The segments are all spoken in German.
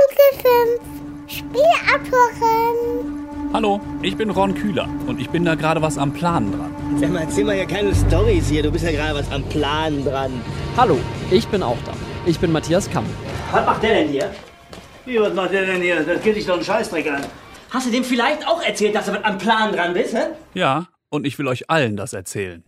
Folge 5 Spielautoren. Hallo, ich bin Ron Kühler und ich bin da gerade was am Planen dran. Sag mal, erzähl mal ja keine Storys hier, du bist ja gerade was am Planen dran. Hallo, ich bin auch da. Ich bin Matthias Kamm. Was macht der denn hier? Wie, was macht der denn hier? Das geht dich doch einen Scheißdreck an. Hast du dem vielleicht auch erzählt, dass du was am Plan dran bist, hä? Ja, und ich will euch allen das erzählen.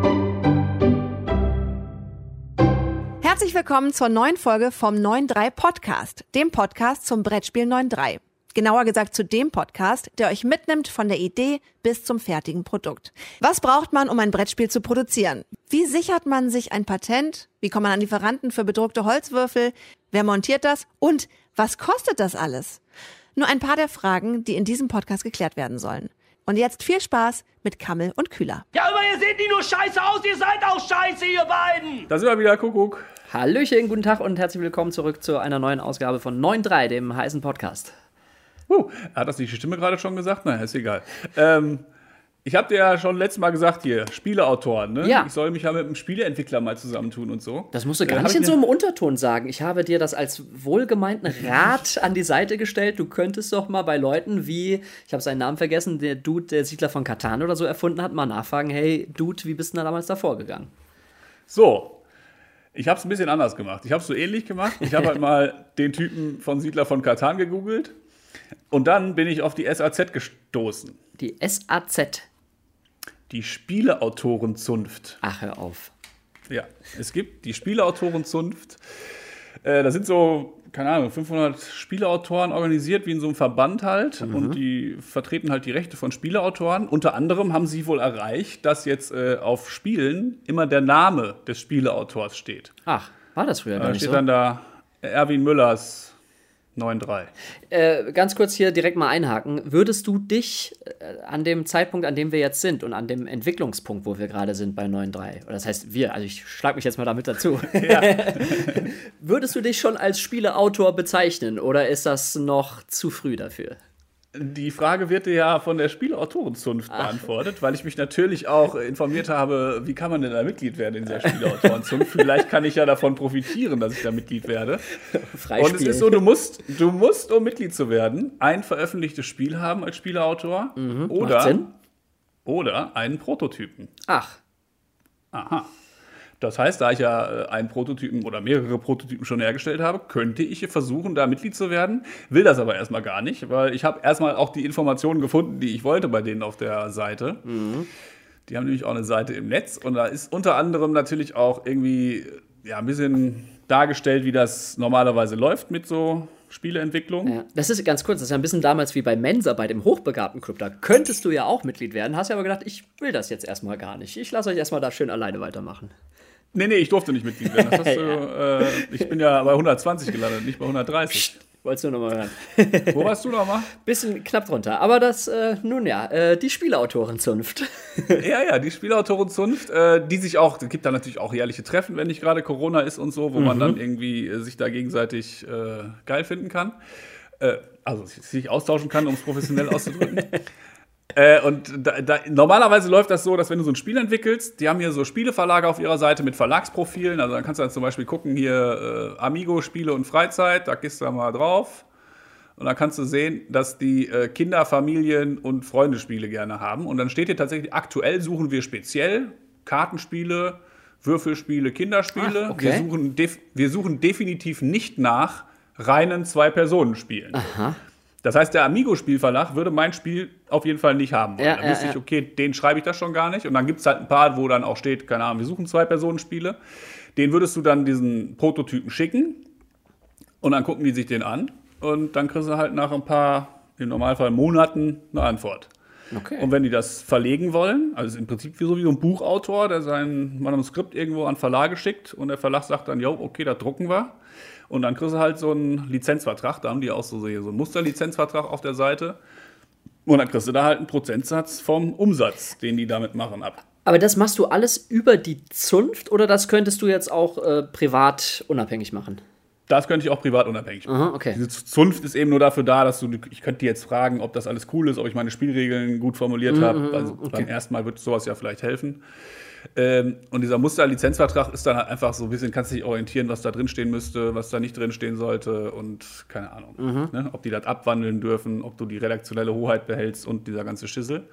Herzlich willkommen zur neuen Folge vom 9.3 Podcast, dem Podcast zum Brettspiel 9.3. Genauer gesagt zu dem Podcast, der euch mitnimmt von der Idee bis zum fertigen Produkt. Was braucht man, um ein Brettspiel zu produzieren? Wie sichert man sich ein Patent? Wie kommt man an Lieferanten für bedruckte Holzwürfel? Wer montiert das? Und was kostet das alles? Nur ein paar der Fragen, die in diesem Podcast geklärt werden sollen. Und jetzt viel Spaß mit Kammel und Kühler. Ja, aber ihr seht nicht nur scheiße aus, ihr seid auch scheiße, ihr beiden! Da sind wir wieder, Kuckuck. Hallöchen, guten Tag und herzlich willkommen zurück zu einer neuen Ausgabe von 9.3, dem heißen Podcast. Hat das die Stimme gerade schon gesagt? Nein, ist egal. Ich habe dir ja schon letztes Mal gesagt hier, Spieleautoren, ne? Ja. Ich soll mich ja mit einem Spieleentwickler mal zusammentun und so. Das musst du gar nicht in so einem Unterton sagen. Ich habe dir das als wohlgemeinten Rat an die Seite gestellt. Du könntest doch mal bei Leuten wie, ich habe seinen Namen vergessen, der Dude, der Siedler von Catan oder so erfunden hat, mal nachfragen, hey Dude, wie bist du da damals davor gegangen? So, ich habe es ein bisschen anders gemacht. Ich habe es so ähnlich gemacht. Ich habe halt mal den Typen von Siedler von Catan gegoogelt und dann bin ich auf die SAZ gestoßen. Die SAZ. Die Spieleautorenzunft. Ach, hör auf. Ja, es gibt die Spieleautorenzunft. Da sind so, keine Ahnung, 500 Spieleautoren organisiert, wie in so einem Verband halt. Und die vertreten halt die Rechte von Spieleautoren. Unter anderem haben sie wohl erreicht, dass jetzt auf Spielen immer der Name des Spieleautors steht. Ach, war das früher gar Da nicht steht so? dann da Erwin Müllers 9.3. Ganz kurz hier direkt mal einhaken. Würdest du dich an dem Zeitpunkt, an dem wir jetzt sind und an dem Entwicklungspunkt, wo wir gerade sind bei 9.3, oder das heißt wir, also ich schlag mich jetzt mal damit dazu, würdest du dich schon als Spieleautor bezeichnen oder ist das noch zu früh dafür? Die Frage wird dir ja von der Spieleautorenzunft beantwortet, weil ich mich natürlich auch informiert habe, wie kann man denn da Mitglied werden in dieser Spieleautorenzunft. Vielleicht kann ich ja davon profitieren, dass ich da Mitglied werde. Und es ist so, du musst, um Mitglied zu werden, ein veröffentlichtes Spiel haben als Spieleautor oder einen Prototypen. Ach. Aha. Das heißt, da ich ja einen Prototypen oder mehrere Prototypen schon hergestellt habe, könnte ich versuchen, da Mitglied zu werden. Will das aber erstmal gar nicht, weil ich habe erstmal auch die Informationen gefunden, die ich wollte bei denen auf der Seite. Die haben nämlich auch eine Seite im Netz und da ist unter anderem natürlich auch irgendwie ein bisschen dargestellt, wie das normalerweise läuft mit so Spieleentwicklung. Ja, das ist ganz kurz, das ist ja ein bisschen damals wie bei Mensarbeit im Hochbegabtenclub. Da könntest du ja auch Mitglied werden, hast ja aber gedacht, ich will das jetzt erstmal gar nicht. Ich lasse euch erstmal da schön alleine weitermachen. Nee, ich durfte nicht Mitglied werden. Das hast du, ich bin ja bei 120 gelandet, nicht bei 130. Psst, wolltest du nochmal hören? Wo warst du nochmal? Bisschen knapp drunter. Aber das, die Spieleautorenzunft. Ja, die Spieleautorenzunft, die sich auch, es gibt da natürlich auch jährliche Treffen, wenn nicht gerade Corona ist und so, wo man dann irgendwie sich da gegenseitig geil finden kann. Also sich austauschen kann, um es professionell auszudrücken. Normalerweise läuft das so, dass wenn du so ein Spiel entwickelst, die haben hier so Spieleverlage auf ihrer Seite mit Verlagsprofilen, also dann kannst du dann zum Beispiel gucken, hier Amigo, Spiele und Freizeit, da gehst du mal drauf und dann kannst du sehen, dass die Kinder-, Familien- und Freundespiele gerne haben und dann steht hier tatsächlich, aktuell suchen wir speziell Kartenspiele, Würfelspiele, Kinderspiele. Ach, okay. Wir suchen definitiv nicht nach reinen Zwei-Personen-Spielen. Aha. Das heißt, der Amigo-Spielverlag würde mein Spiel auf jeden Fall nicht haben wollen. Dann wüsste ich, okay, den schreibe ich das schon gar nicht. Und dann gibt es halt ein paar, wo dann auch steht, keine Ahnung, wir suchen Zwei-Personen-Spiele. Den würdest du dann diesen Prototypen schicken und dann gucken die sich den an. Und dann kriegst du halt nach ein paar, im Normalfall Monaten, eine Antwort. Okay. Und wenn die das verlegen wollen, also im Prinzip wie so ein Buchautor, der sein Manuskript irgendwo an Verlage schickt und der Verlag sagt dann, jo, okay, das drucken wir. Und dann kriegst du halt so einen Lizenzvertrag, da haben die auch so einen Musterlizenzvertrag auf der Seite. Und dann kriegst du da halt einen Prozentsatz vom Umsatz, den die damit machen, ab. Aber das machst du alles über die Zunft oder das könntest du jetzt auch privat unabhängig machen? Das könnte ich auch privat unabhängig machen. Aha, okay. Diese Zunft ist eben nur dafür da, dass ich könnte dir jetzt fragen, ob das alles cool ist, ob ich meine Spielregeln gut formuliert habe. Also beim ersten Mal wird sowas ja vielleicht helfen. Und dieser Musterlizenzvertrag ist dann halt einfach so ein bisschen, kannst du dich orientieren, was da drin stehen müsste, was da nicht drin stehen sollte und keine Ahnung. Ne? Ob die das abwandeln dürfen, ob du die redaktionelle Hoheit behältst und dieser ganze Schissel.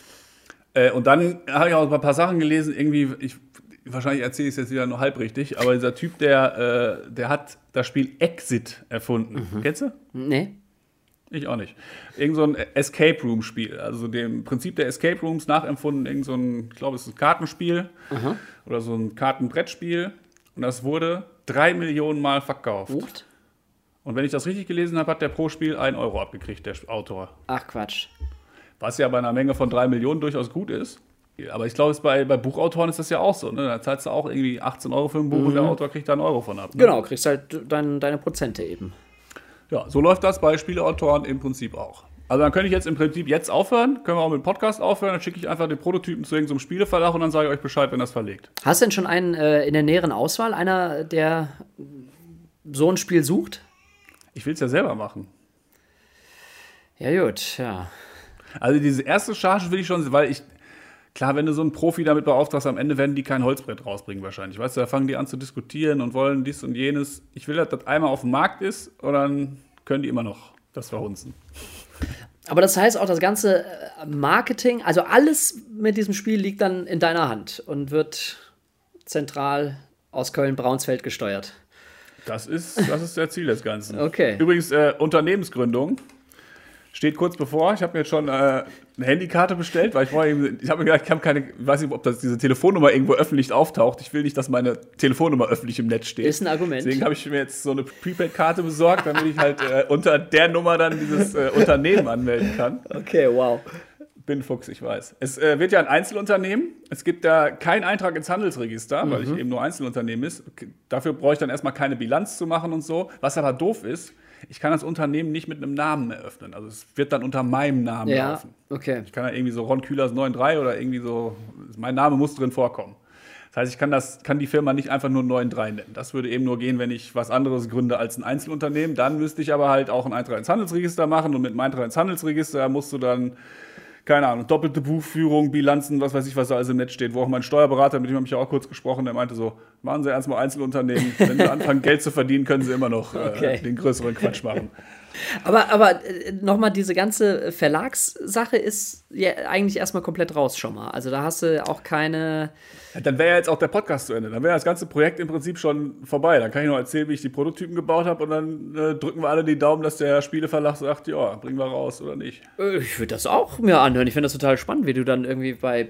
Und dann habe ich auch ein paar Sachen gelesen, irgendwie, wahrscheinlich erzähle ich es jetzt wieder nur halb richtig, aber dieser Typ, der hat das Spiel Exit erfunden. Kennst du? Nee. Ich auch nicht. Irgend so ein Escape Room Spiel, also dem Prinzip der Escape Rooms nachempfunden, irgend so ein, ich glaube, es ist ein Kartenspiel oder so ein Kartenbrettspiel und das wurde 3 Millionen Mal verkauft. What? Und wenn ich das richtig gelesen habe, hat der pro Spiel 1 Euro abgekriegt, der Autor. Ach Quatsch. Was ja bei einer Menge von 3 Millionen durchaus gut ist. Aber ich glaube, bei Buchautoren ist das ja auch so. Ne? Da zahlst du auch irgendwie 18 Euro für ein Buch und der Autor kriegt da 1 Euro von ab. Ne? Genau, kriegst halt deine Prozente eben. Ja, so läuft das bei Spieleautoren im Prinzip auch. Also dann könnte ich jetzt im Prinzip aufhören, können wir auch mit dem Podcast aufhören, dann schicke ich einfach den Prototypen zu irgendeinem Spieleverlag und dann sage ich euch Bescheid, wenn das verlegt. Hast du denn schon einen in der näheren Auswahl, einer, der so ein Spiel sucht? Ich will es ja selber machen. Ja gut, ja. Also diese erste Charge will ich schon, weil klar, wenn du so einen Profi damit beauftragst, am Ende werden die kein Holzbrett rausbringen wahrscheinlich. Weißt du, da fangen die an zu diskutieren und wollen dies und jenes. Ich will, dass das einmal auf dem Markt ist und dann können die immer noch das verhunzen. Aber das heißt auch, das ganze Marketing, also alles mit diesem Spiel liegt dann in deiner Hand und wird zentral aus Köln-Braunsfeld gesteuert. Das ist der Ziel des Ganzen. Okay. Übrigens, Unternehmensgründung steht kurz bevor. Ich habe mir jetzt schon eine Handykarte bestellt, weil ich habe mir gedacht, ich weiß nicht, ob diese Telefonnummer irgendwo öffentlich auftaucht. Ich will nicht, dass meine Telefonnummer öffentlich im Netz steht. Ist ein Argument. Deswegen habe ich mir jetzt so eine Prepaid-Karte besorgt, damit ich halt unter der Nummer dann dieses Unternehmen anmelden kann. Okay, wow. Bin Fuchs, ich weiß. Es wird ja ein Einzelunternehmen. Es gibt da keinen Eintrag ins Handelsregister, weil ich eben nur Einzelunternehmen ist. Dafür brauche ich dann erstmal keine Bilanz zu machen und so. Was aber doof ist, ich kann das Unternehmen nicht mit einem Namen eröffnen. Also es wird dann unter meinem Namen laufen. Okay. Ich kann da irgendwie so Ron Kühlers 93 oder irgendwie so, mein Name muss drin vorkommen. Das heißt, ich kann die Firma nicht einfach nur 93 nennen. Das würde eben nur gehen, wenn ich was anderes gründe als ein Einzelunternehmen. Dann müsste ich aber halt auch einen Eintrag ins Handelsregister machen und mit einem Eintrag ins Handelsregister musst du dann, keine Ahnung, doppelte Buchführung, Bilanzen, was weiß ich, was da alles im Netz steht, wo auch mein Steuerberater, mit dem habe ich ja auch kurz gesprochen, der meinte so, machen Sie erstmal Einzelunternehmen, wenn Sie anfangen Geld zu verdienen, können Sie immer noch den größeren Quatsch machen. Aber nochmal, diese ganze Verlagssache ist ja eigentlich erstmal komplett raus schon mal. Also da hast du auch keine... Ja, dann wäre ja jetzt auch der Podcast zu Ende. Dann wäre das ganze Projekt im Prinzip schon vorbei. Dann kann ich noch erzählen, wie ich die Prototypen gebaut habe und dann drücken wir alle die Daumen, dass der Spieleverlag sagt, ja, bringen wir raus oder nicht. Ich würde das auch mir anhören. Ich finde das total spannend, wie du dann irgendwie bei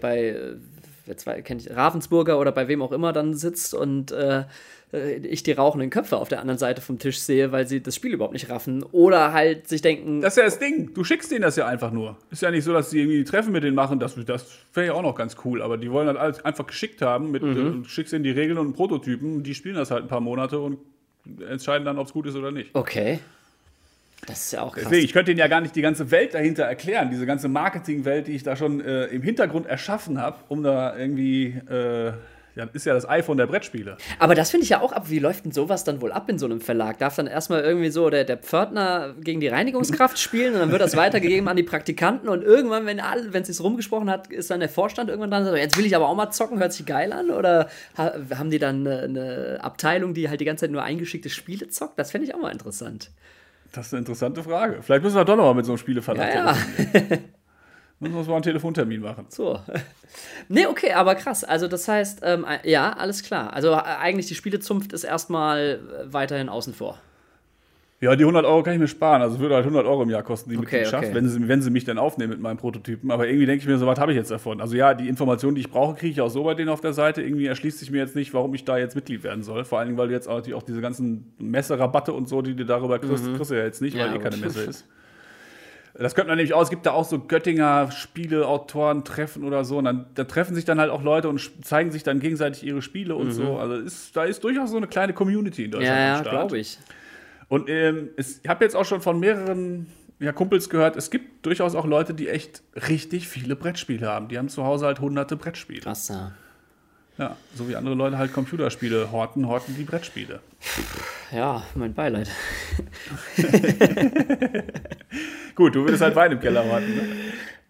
Ravensburger oder bei wem auch immer dann sitzt und ich die rauchenden Köpfe auf der anderen Seite vom Tisch sehe, weil sie das Spiel überhaupt nicht raffen oder halt sich denken... Das ist ja das Ding. Du schickst denen das ja einfach nur. Ist ja nicht so, dass sie irgendwie Treffen mit denen machen. Das wäre ja auch noch ganz cool. Aber die wollen halt alles einfach geschickt haben. Du schickst ihnen die Regeln und Prototypen. Die spielen das halt ein paar Monate und entscheiden dann, ob es gut ist oder nicht. Okay. Das ist ja auch krass. Deswegen, ich könnte Ihnen ja gar nicht die ganze Welt dahinter erklären. Diese ganze Marketingwelt, die ich da schon im Hintergrund erschaffen habe, um da irgendwie... ist ja das iPhone der Brettspiele. Aber das finde ich ja auch ab. Wie läuft denn sowas dann wohl ab in so einem Verlag? Darf dann erstmal irgendwie so der Pförtner gegen die Reinigungskraft spielen und dann wird das weitergegeben an die Praktikanten und irgendwann, wenn es sich rumgesprochen hat, ist dann der Vorstand irgendwann dran und sagt, jetzt will ich aber auch mal zocken, hört sich geil an? Oder haben die dann eine Abteilung, die halt die ganze Zeit nur eingeschickte Spiele zockt? Das fände ich auch mal interessant. Das ist eine interessante Frage. Vielleicht müssen wir doch noch mal mit so einem Spieleverlag telefonieren. Müssen wir uns mal einen Telefontermin machen. So. Nee, okay, aber krass. Also das heißt, ja, alles klar. Also eigentlich die Spielezunft ist erstmal weiterhin außen vor. Ja, die 100 Euro kann ich mir sparen. Also würde halt 100 Euro im Jahr kosten, die Mitgliedschaft, okay. wenn sie mich dann aufnehmen mit meinem Prototypen. Aber irgendwie denke ich mir, so was habe ich jetzt davon. Also ja, die Informationen, die ich brauche, kriege ich auch so bei denen auf der Seite. Irgendwie erschließt sich mir jetzt nicht, warum ich da jetzt Mitglied werden soll. Vor allen Dingen, weil du jetzt auch diese ganzen Messerabatte und so, die du darüber kriegst, kriegst du ja jetzt nicht, weil keine Messe ist. Das könnte man nämlich auch, es gibt da auch so Göttinger Spieleautoren-Treffen oder so. Und da treffen sich dann halt auch Leute und zeigen sich dann gegenseitig ihre Spiele und so. Also da ist durchaus so eine kleine Community in Deutschland am Start. Ja, glaube ich. Und ich habe jetzt auch schon von mehreren Kumpels gehört, es gibt durchaus auch Leute, die echt richtig viele Brettspiele haben. Die haben zu Hause halt hunderte Brettspiele. Krass, ja. Ja, so wie andere Leute halt Computerspiele horten die Brettspiele. Ja, mein Beileid. Gut, du würdest halt Wein im Keller horten, ne?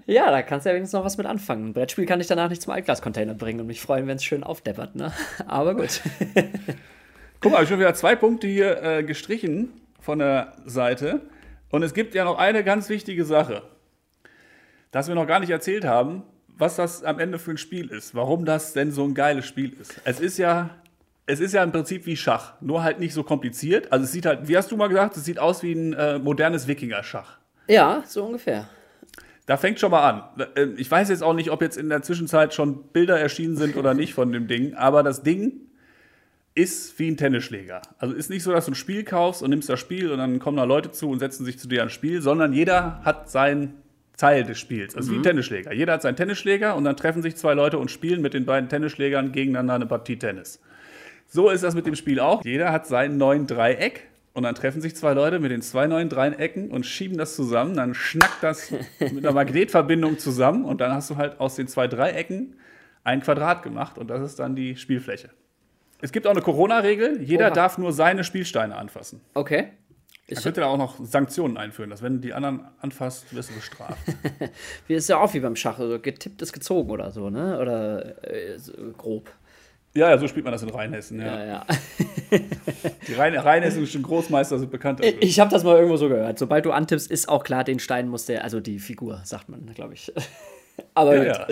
Ja, da kannst du ja wenigstens noch was mit anfangen. Ein Brettspiel kann ich danach nicht zum Altglas-Container bringen und mich freuen, wenn es schön aufdeppert, ne? Aber gut. Guck mal, ich habe schon wieder 2 Punkte hier gestrichen von der Seite. Und es gibt ja noch eine ganz wichtige Sache, dass wir noch gar nicht erzählt haben, was das am Ende für ein Spiel ist. Warum das denn so ein geiles Spiel ist. Es ist ja im Prinzip wie Schach, nur halt nicht so kompliziert. Also es sieht halt, wie hast du mal gesagt, es sieht aus wie ein modernes Wikinger-Schach. Ja, so ungefähr. Da fängt schon mal an. Ich weiß jetzt auch nicht, ob jetzt in der Zwischenzeit schon Bilder erschienen sind oder nicht von dem Ding, aber das Ding ist wie ein Tennisschläger. Also ist nicht so, dass du ein Spiel kaufst und nimmst das Spiel und dann kommen da Leute zu und setzen sich zu dir ans Spiel, sondern jeder hat seinen Teil des Spiels. Also wie ein Tennisschläger. Jeder hat seinen Tennisschläger und dann treffen sich 2 Leute und spielen mit den beiden Tennisschlägern gegeneinander eine Partie Tennis. So ist das mit dem Spiel auch. Jeder hat sein 9-Dreieck und dann treffen sich 2 Leute mit den 2 9-Dreiecken und schieben das zusammen. Dann schnackt das mit einer Magnetverbindung zusammen und dann hast du halt aus den 2 Dreiecken ein Quadrat gemacht und das ist dann die Spielfläche. Es gibt auch eine Corona-Regel. Jeder darf nur seine Spielsteine anfassen. Okay. Man könnte da auch noch Sanktionen einführen, dass wenn du die anderen anfasst, wirst du bestraft. Wie ist ja auch wie beim Schach. Also getippt ist gezogen oder so, ne? Oder so grob. Ja, so spielt man das in Rheinhessen. Ja. Die rheinhessischen Großmeister sind bekannt dafür. Ich habe das mal irgendwo so gehört. Sobald du antippst, ist auch klar, den Stein muss der, also die Figur, sagt man, glaube ich. Aber ja.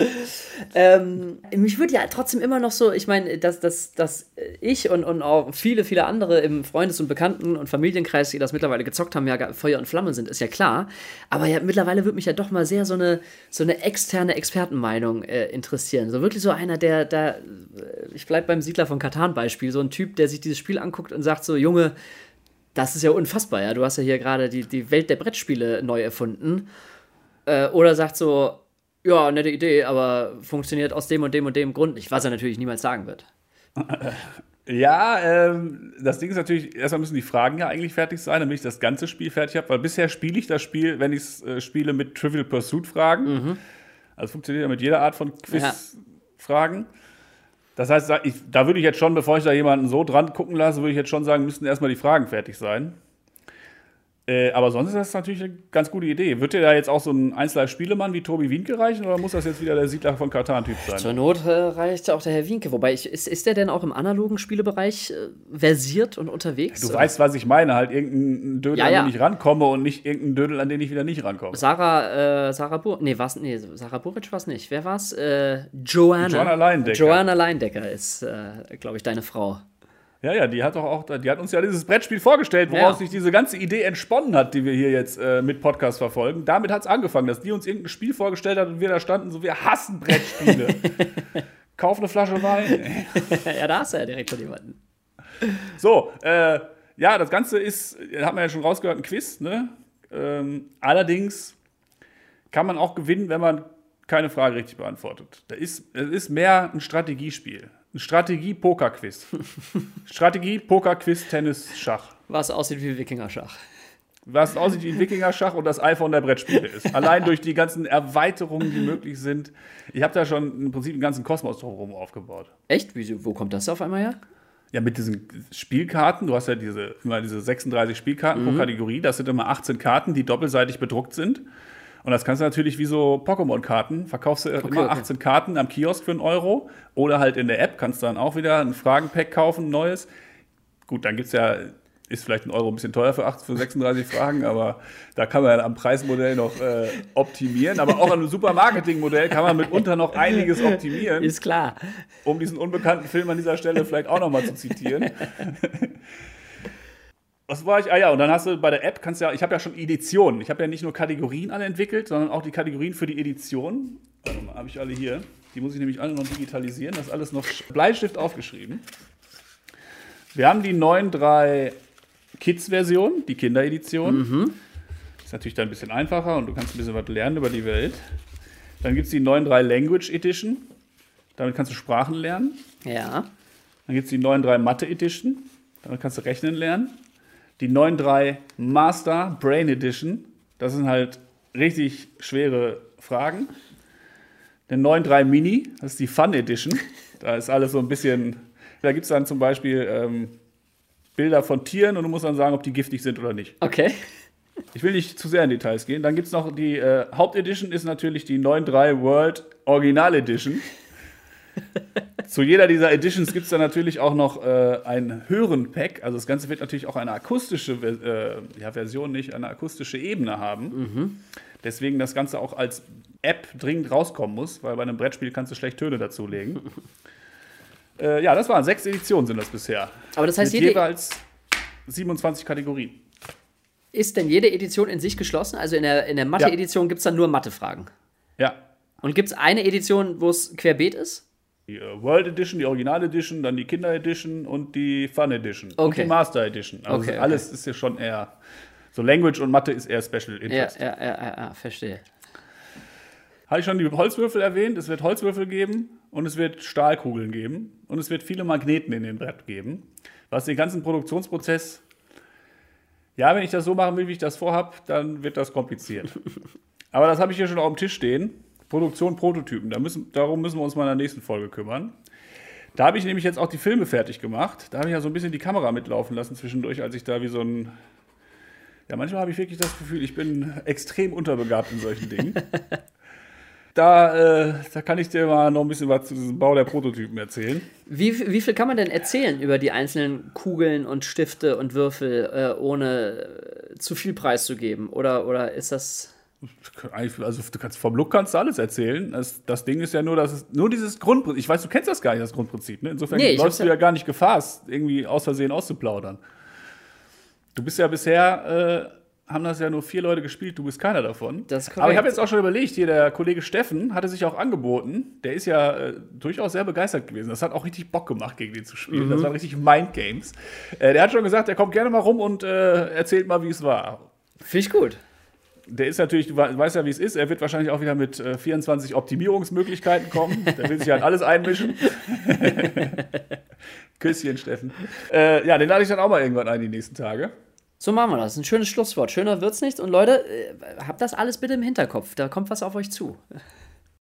Mich würde ja trotzdem immer noch so, ich meine, dass ich und auch viele andere im Freundes- und Bekannten- und Familienkreis, die das mittlerweile gezockt haben, ja Feuer und Flamme sind, ist ja klar. Aber ja, mittlerweile würde mich ja doch mal sehr so eine externe Expertenmeinung interessieren. So wirklich so einer, der ich bleibe beim Siedler von Catan-Beispiel, so ein Typ, der sich dieses Spiel anguckt und sagt so, Junge, das ist ja unfassbar, ja, du hast ja hier gerade die Welt der Brettspiele neu erfunden. Oder sagt so, ja, nette Idee, aber funktioniert aus dem und dem und dem Grund nicht, was er natürlich niemals sagen wird. Ja, das Ding ist natürlich, erstmal müssen die Fragen ja eigentlich fertig sein, damit ich das ganze Spiel fertig habe, weil bisher spiele ich das Spiel, wenn ich es spiele, mit Trivial Pursuit-Fragen. Also funktioniert ja mit jeder Art von Quiz-Fragen. Das heißt, da würde ich jetzt schon, bevor ich da jemanden so dran gucken lasse, würde ich jetzt schon sagen, müssten erstmal die Fragen fertig sein. Aber sonst ist das natürlich eine ganz gute Idee. Wird dir da jetzt auch so ein 1Live-Spielemann wie Tobi Wienke reichen oder muss das jetzt wieder der Siedler von Catan-Typ sein? Zur Not reicht auch der Herr Wienke. Wobei, ist der denn auch im analogen Spielebereich versiert und unterwegs? Du weißt, was ich meine. Halt irgendein Dödel, an den ich rankomme und nicht irgendein Dödel, an den ich wieder nicht rankomme. Sarah Buric war es nicht. Wer war's? Joanna Leindecker. Joanna Leindecker ist, glaube ich, deine Frau. Ja, die hat uns ja dieses Brettspiel vorgestellt, woraus sich diese ganze Idee entsponnen hat, die wir hier jetzt mit Podcast verfolgen. Damit hat es angefangen, dass die uns irgendein Spiel vorgestellt hat und wir da standen so, wir hassen Brettspiele. Kauf eine Flasche Wein. Ja, da hast du ja direkt von jemanden. So, das Ganze ist, hat man ja schon rausgehört, ein Quiz, ne? Allerdings kann man auch gewinnen, wenn man keine Frage richtig beantwortet. Es ist mehr ein Strategiespiel. Ein Strategie-Poker-Quiz. Strategie-Poker-Quiz, Tennis, Schach. Was aussieht wie Wikinger-Schach. Was aussieht wie ein Wikinger-Schach und das iPhone der Brettspiele ist. Allein durch die ganzen Erweiterungen, die möglich sind. Ich habe da schon im Prinzip einen ganzen Kosmos drumherum aufgebaut. Echt? Wo kommt das auf einmal her? Ja, mit diesen Spielkarten. Du hast ja immer diese 36 Spielkarten pro Kategorie. Das sind immer 18 Karten, die doppelseitig bedruckt sind. Und das kannst du natürlich wie so Pokémon-Karten, verkaufst du immer 18 Karten am Kiosk für 1 Euro oder halt in der App kannst du dann auch wieder ein Fragenpack kaufen, ein neues. Gut, dann ist vielleicht 1 Euro ein bisschen teuer für 36 Fragen, aber da kann man am Preismodell noch optimieren. Aber auch an einem Supermarketing-Modell kann man mitunter noch einiges optimieren. Ist klar. Um diesen unbekannten Film an dieser Stelle vielleicht auch nochmal zu zitieren. Was war ich? Und dann hast du bei der App, ich habe ja schon Editionen. Ich habe ja nicht nur Kategorien alle entwickelt, sondern auch die Kategorien für die Edition. Warte mal, habe ich alle hier. Die muss ich nämlich alle noch digitalisieren. Das ist alles noch Bleistift aufgeschrieben. Wir haben die 9.3 Kids-Version, die Kinderedition. Ist natürlich dann ein bisschen einfacher und du kannst ein bisschen was lernen über die Welt. Dann gibt es die 9.3 Language Edition. Damit kannst du Sprachen lernen. Ja. Dann gibt es die 9.3 Mathe Edition. Damit kannst du rechnen lernen. Die 9.3 Master Brain Edition, das sind halt richtig schwere Fragen. Der 9.3 Mini, das ist die Fun Edition. Da ist alles so ein bisschen, da gibt es dann zum Beispiel Bilder von Tieren und du musst dann sagen, ob die giftig sind oder nicht. Okay. Ich will nicht zu sehr in Details gehen. Dann gibt es noch die Hauptedition, ist natürlich die 9.3 World Original Edition. Zu jeder dieser Editions gibt es dann natürlich auch noch ein Hören-Pack. Also das Ganze wird natürlich auch eine akustische Version, nicht eine akustische Ebene haben. Deswegen das Ganze auch als App dringend rauskommen muss, weil bei einem Brettspiel kannst du schlecht Töne dazulegen. Ja, das waren 6 Editionen sind das bisher. Aber das heißt, mit jeweils 27 Kategorien. Ist denn jede Edition in sich geschlossen? Also in der Mathe-Edition gibt es dann nur Mathe-Fragen? Ja. Und gibt es eine Edition, wo es querbeet ist? Die World Edition, die Original Edition, dann die Kinder Edition und die Fun Edition. Okay. Und die Master Edition. Also Okay, alles ist ja schon eher, so Language und Mathe ist eher Special Interest. Ja, verstehe. Habe ich schon die Holzwürfel erwähnt? Es wird Holzwürfel geben und es wird Stahlkugeln geben und es wird viele Magneten in dem Brett geben, was den ganzen Produktionsprozess, ja, wenn ich das so machen will, wie ich das vorhab, dann wird das kompliziert. Aber das habe ich hier schon auf dem Tisch stehen. Produktion, Prototypen. Darum müssen wir uns mal in der nächsten Folge kümmern. Da habe ich nämlich jetzt auch die Filme fertig gemacht. Da habe ich ja so ein bisschen die Kamera mitlaufen lassen zwischendurch, als ich da wie so ein... Ja, manchmal habe ich wirklich das Gefühl, ich bin extrem unterbegabt in solchen Dingen. Da kann ich dir mal noch ein bisschen was zu diesem Bau der Prototypen erzählen. Wie viel kann man denn erzählen über die einzelnen Kugeln und Stifte und Würfel, ohne zu viel preiszugeben? Oder ist das... Also du kannst vom Look kannst du alles erzählen. Das Ding ist ja nur, nur dieses Grundprinzip. Ich weiß, du kennst das gar nicht, das Grundprinzip. Ne? Insofern läufst du ja gar nicht Gefahr, es irgendwie aus Versehen auszuplaudern. Du bist ja bisher, haben das ja nur 4 Leute gespielt, du bist keiner davon. Das ist korrekt. Aber ich habe jetzt auch schon überlegt, hier der Kollege Steffen hatte sich auch angeboten. Der ist ja durchaus sehr begeistert gewesen. Das hat auch richtig Bock gemacht, gegen den zu spielen. Das waren richtig Mindgames. Der hat schon gesagt, der kommt gerne mal rum und erzählt mal, wie es war. Finde ich gut. Der ist natürlich, du weißt ja, wie es ist, er wird wahrscheinlich auch wieder mit 24 Optimierungsmöglichkeiten kommen. Der will sich halt alles einmischen. Küsschen, Steffen. Ja, den lade ich dann auch mal irgendwann ein, die nächsten Tage. So machen wir das. Ein schönes Schlusswort. Schöner wird's nicht. Und Leute, habt das alles bitte im Hinterkopf. Da kommt was auf euch zu.